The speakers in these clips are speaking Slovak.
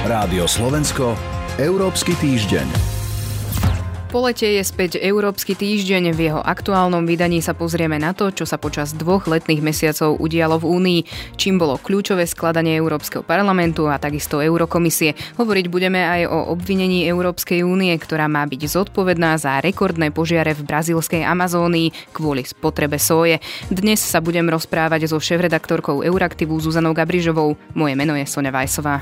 Rádio Slovensko, Európsky týždeň. Po lete je späť Európsky týždeň. V jeho aktuálnom vydaní sa pozrieme na to, čo sa počas 2 letných mesiacov udialo v Únii, čím bolo kľúčové skladanie Európskeho parlamentu a takisto Eurokomisie. Hovoriť budeme aj o obvinení Európskej únie, ktorá má byť zodpovedná za rekordné požiare v brazílskej Amazónii kvôli spotrebe soje. Dnes sa budem rozprávať so šéfredaktorkou Euraktivu Zuzanou Gabrižovou. Moje meno je Soňa Vajsová.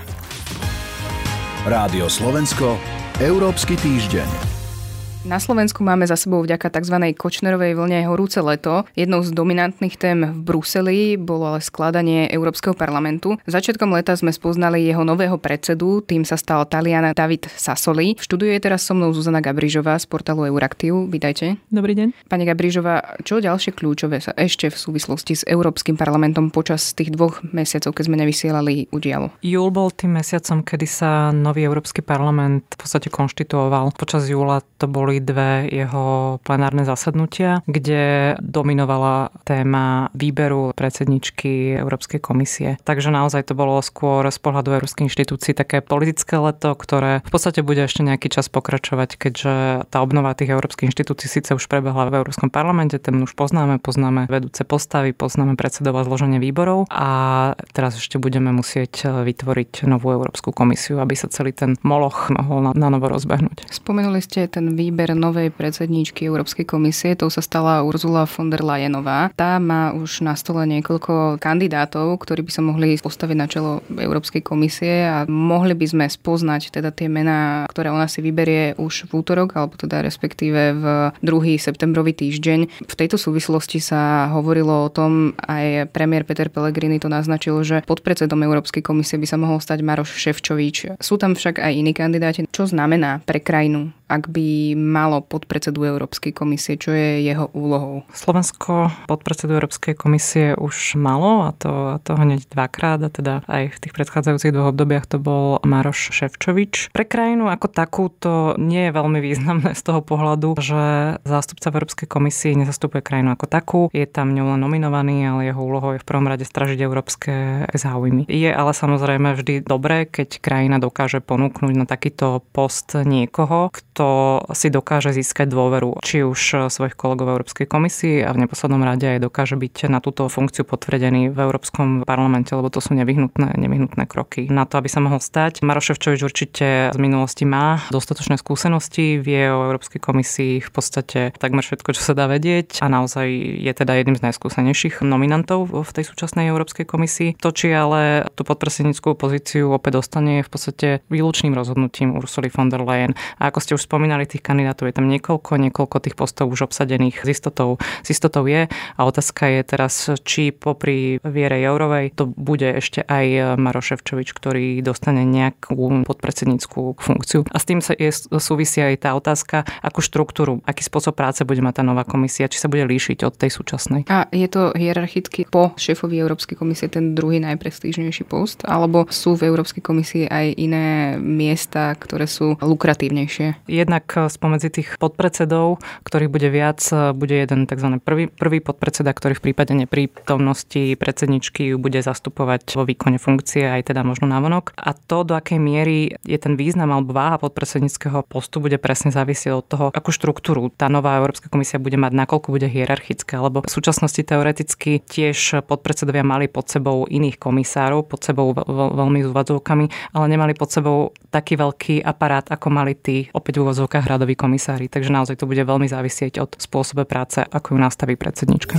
Rádio Slovensko, Európsky týždeň. Na Slovensku máme za sebou vďaka tzv. Kočnerovej vlne horúce leto. Jednou z dominantných tém v Bruseli bolo ale skladanie Európskeho parlamentu. Začiatkom leta sme spoznali jeho nového predsedu, tým sa stal Talian David Sassoli. V štúdiu je teraz so mnou Zuzana Gabrižová z portálu Euraktiv. Vítajte. Dobrý deň. Pani Gabrižová, čo ďalšie kľúčové sa ešte v súvislosti s Európskym parlamentom počas tých 2 mesiacov, keď sme nevysielali, udialo? Júl bol tým mesiacom, kedy sa nový Európsky parlament v podstate konštituoval. Počas júla to boli 2 jeho plenárne zasadnutia, kde dominovala téma výberu predsedničky Európskej komisie. Takže naozaj to bolo skôr z pohľadu európskych inštitúcií také politické leto, ktoré v podstate bude ešte nejaký čas pokračovať, keďže tá obnova tých európskych inštitúcií síce už prebehla v Európskom parlamente, ten už poznáme vedúce postavy, poznáme predsedov a zloženie výborov a teraz ešte budeme musieť vytvoriť novú Európsku komisiu, aby sa celý ten moloch mohol na novo rozbehnúť. Spomenuli ste ten výber novej predsedníčky Európskej komisie, tou sa stala Ursula von der Leyenová. Tá má už na stole niekoľko kandidátov, ktorí by sa mohli postaviť na čelo Európskej komisie a mohli by sme spoznať teda tie mená, ktoré ona si vyberie už v útorok, alebo teda respektíve v 2. septembrový týždeň. V tejto súvislosti sa hovorilo o tom, aj premiér Peter Pellegrini to naznačil, že podpredsedom Európskej komisie by sa mohol stať Maroš Šefčovič. Sú tam však aj iní kandidáti. Čo znamená pre krajinu, ak by malo podpredsedu Európskej komisie, čo je jeho úlohou? Slovensko podpredsedu Európskej komisie už malo a to hneď 2-krát a teda aj v tých predchádzajúcich 2 obdobiach to bol Maroš Šefčovič. Pre krajinu ako takú to nie je veľmi významné z toho pohľadu, že zástupca v Európskej komisii nezastupuje krajinu ako takú, je tam ňou len nominovaný, ale jeho úlohou je v prvom rade strážiť európske záujmy. Je ale samozrejme vždy dobré, keď krajina dokáže ponúknuť na takýto post niekoho, kto si dokáže získať dôveru či už svojich kolegov v Európskej komisii a v neposlednom rade aj dokáže byť na túto funkciu potvrdený v Európskom parlamente, lebo to sú nevyhnutné kroky. Na to, aby sa mohol stať, Maroš Šefčovič určite z minulosti má dostatočné skúsenosti, vie o Európskej komisii v podstate takmer všetko, čo sa dá vedieť a naozaj je teda jedným z najskúsenejších nominantov v tej súčasnej Európskej komisii. To, či ale tú podpredsednícku pozíciu opäť dostane, je v podstate výlučným rozhodnutím Ursuly von der Leyen. A ako ste už spomínali, tých kandidátov je tam niekoľko tých postov už obsadených s istotou je a otázka je teraz, či popri Viere Jourovej to bude ešte aj Maroš Šefčovič, ktorý dostane nejakú podpredsednícku funkciu. A s tým súvisí aj tá otázka, akú štruktúru, aký spôsob práce bude mať tá nová komisia, či sa bude líšiť od tej súčasnej. A je to hierarchicky po šéfovi Európskej komisie ten druhý najprestížnejší post, alebo sú v Európskej komisii aj iné miesta, ktoré sú lukratívnejšie? Jednak spomedzi tých podpredsedov, ktorých bude viac, bude jeden tzv. prvý podpredseda, ktorý v prípade neprítomnosti predsedničky ju bude zastupovať vo výkone funkcie aj teda možno navonok. A to, do akej miery je ten význam alebo váha podpredsedníckeho postu, bude presne závisieť od toho, akú štruktúru tá nová Európska komisia bude mať, nakoľko bude hierarchická, lebo v súčasnosti teoreticky tiež podpredsedovia mali pod sebou iných komisárov, pod sebou veľmi s úvodzovkami, ale nemali pod sebou taký veľký aparát, ako mali tí opäť v úvodzovkách radoví komisári. Takže naozaj to bude veľmi závisieť od spôsobe práce, ako ju nastaví predsednička.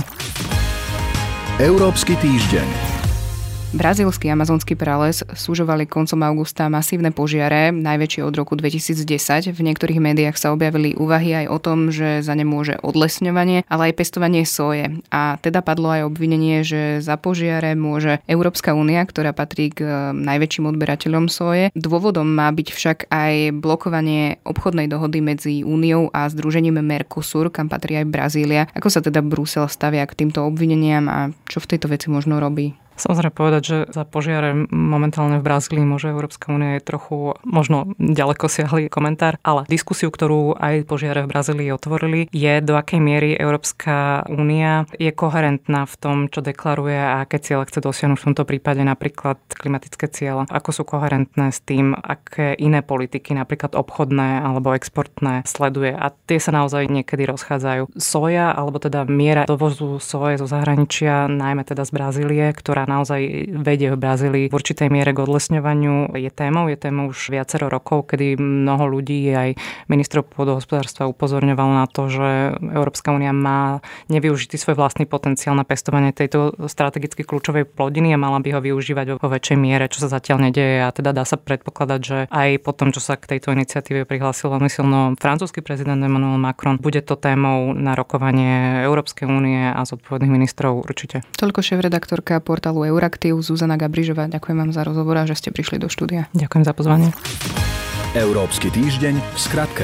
Európsky týždeň. Brazílsky amazonský prales súžovali koncom augusta masívne požiare, najväčšie od roku 2010. V niektorých médiách sa objavili úvahy aj o tom, že za ne môže odlesňovanie, ale aj pestovanie soje. A teda padlo aj obvinenie, že za požiare môže Európska únia, ktorá patrí k najväčším odberateľom soje. Dôvodom má byť však aj blokovanie obchodnej dohody medzi Úniou a združením Mercosur, kam patrí aj Brazília. Ako sa teda Brusel stavia k týmto obvineniam a čo v tejto veci možno robí? Samozrejme povedať, že za požiare momentálne v Brazílii môže Európska únia je trochu možno ďaleko siahly komentár, ale diskusiu, ktorú aj požiare v Brazílii otvorili, je do akej miery Európska únia je koherentná v tom, čo deklaruje a aké ciele chce dosiahnuť v tomto prípade, napríklad klimatické ciele. Ako sú koherentné s tým, aké iné politiky, napríklad obchodné alebo exportné sleduje. A tie sa naozaj niekedy rozchádzajú. Soja, alebo teda miera dovozu soje zo zahraničia, najmä teda z Brazílie, ktorá naozaj vedie v Brazílii v určitej miere k odlesňovaniu, je témou už viacero rokov, kedy mnoho ľudí aj ministrov pôdohospodárstva upozorňovalo na to, že Európska únia má nevyužitý svoj vlastný potenciál na pestovanie tejto strategicky kľúčovej plodiny a mala by ho využívať vo väčšej miere, čo sa zatiaľ nedeje. A teda dá sa predpokladať, že aj po tom, čo sa k tejto iniciatíve prihlásil veľmi silno francúzsky prezident Emmanuel Macron, bude to témou na rokovanie Európskej únie a zodpovedných ministrov určite. Toľko šéfredaktorka portálu Euraktiv Zuzana Gabrižová. Ďakujem vám za rozhovor a že ste prišli do štúdia. Ďakujem za pozvanie. Európsky týždeň v skratke.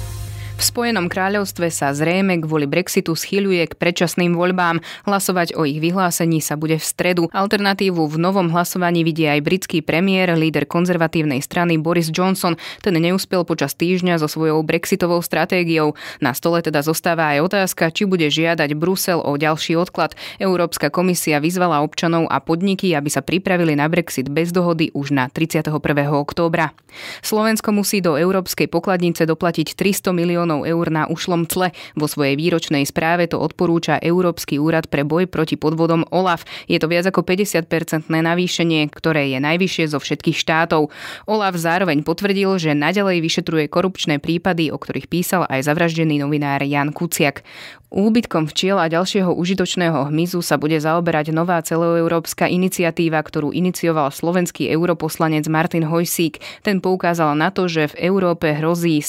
V Spojenom kráľovstve sa zrejme kvôli Brexitu schýľuje k predčasným voľbám. Hlasovať o ich vyhlásení sa bude v stredu. Alternatívu v novom hlasovaní vidie aj britský premiér, líder konzervatívnej strany Boris Johnson. Ten neúspel počas týždňa so svojou brexitovou stratégiou. Na stole teda zostáva aj otázka, či bude žiadať Brusel o ďalší odklad. Európska komisia vyzvala občanov a podniky, aby sa pripravili na Brexit bez dohody už na 31. októbra. Slovensko musí do európskej pokladnice doplatiť 300 miliónov eur na ušlom cle. Vo svojej výročnej správe to odporúča Európsky úrad pre boj proti podvodom OLAF. Je to viac ako 50% navýšenie, ktoré je najvyššie zo všetkých štátov. OLAF zároveň potvrdil, že naďalej vyšetruje korupčné prípady, o ktorých písal aj zavraždený novinár Ján Kuciak. Úbytkom včiel a ďalšieho užitočného hmyzu sa bude zaoberať nová celoeurópska iniciatíva, ktorú inicioval slovenský europoslanec Martin Hojsík. Ten poukázal na to, že v Európe hrozí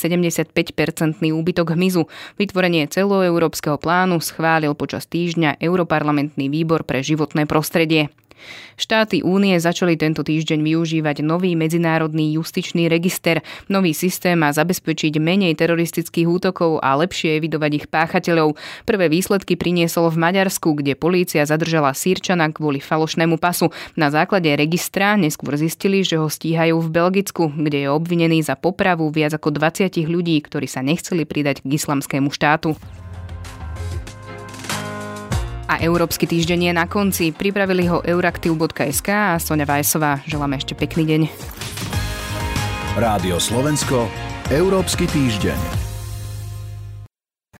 75% úbytok hmyzu. Vytvorenie celoeurópskeho plánu schválil počas týždňa Europarlamentný výbor pre životné prostredie. Štáty únie začali tento týždeň využívať nový medzinárodný justičný register. Nový systém má zabezpečiť menej teroristických útokov a lepšie evidovať ich páchateľov. Prvé výsledky priniesol v Maďarsku, kde polícia zadržala Sýrčana kvôli falošnému pasu. Na základe registra neskôr zistili, že ho stíhajú v Belgicku, kde je obvinený za popravu viac ako 20 ľudí, ktorí sa nechceli pridať k islamskému štátu. A Európsky týždeň je na konci. Pripravili ho euraktiv.sk a Soňa Vajsová. Želáme ešte pekný deň. Rádio Slovensko, Európsky týždeň.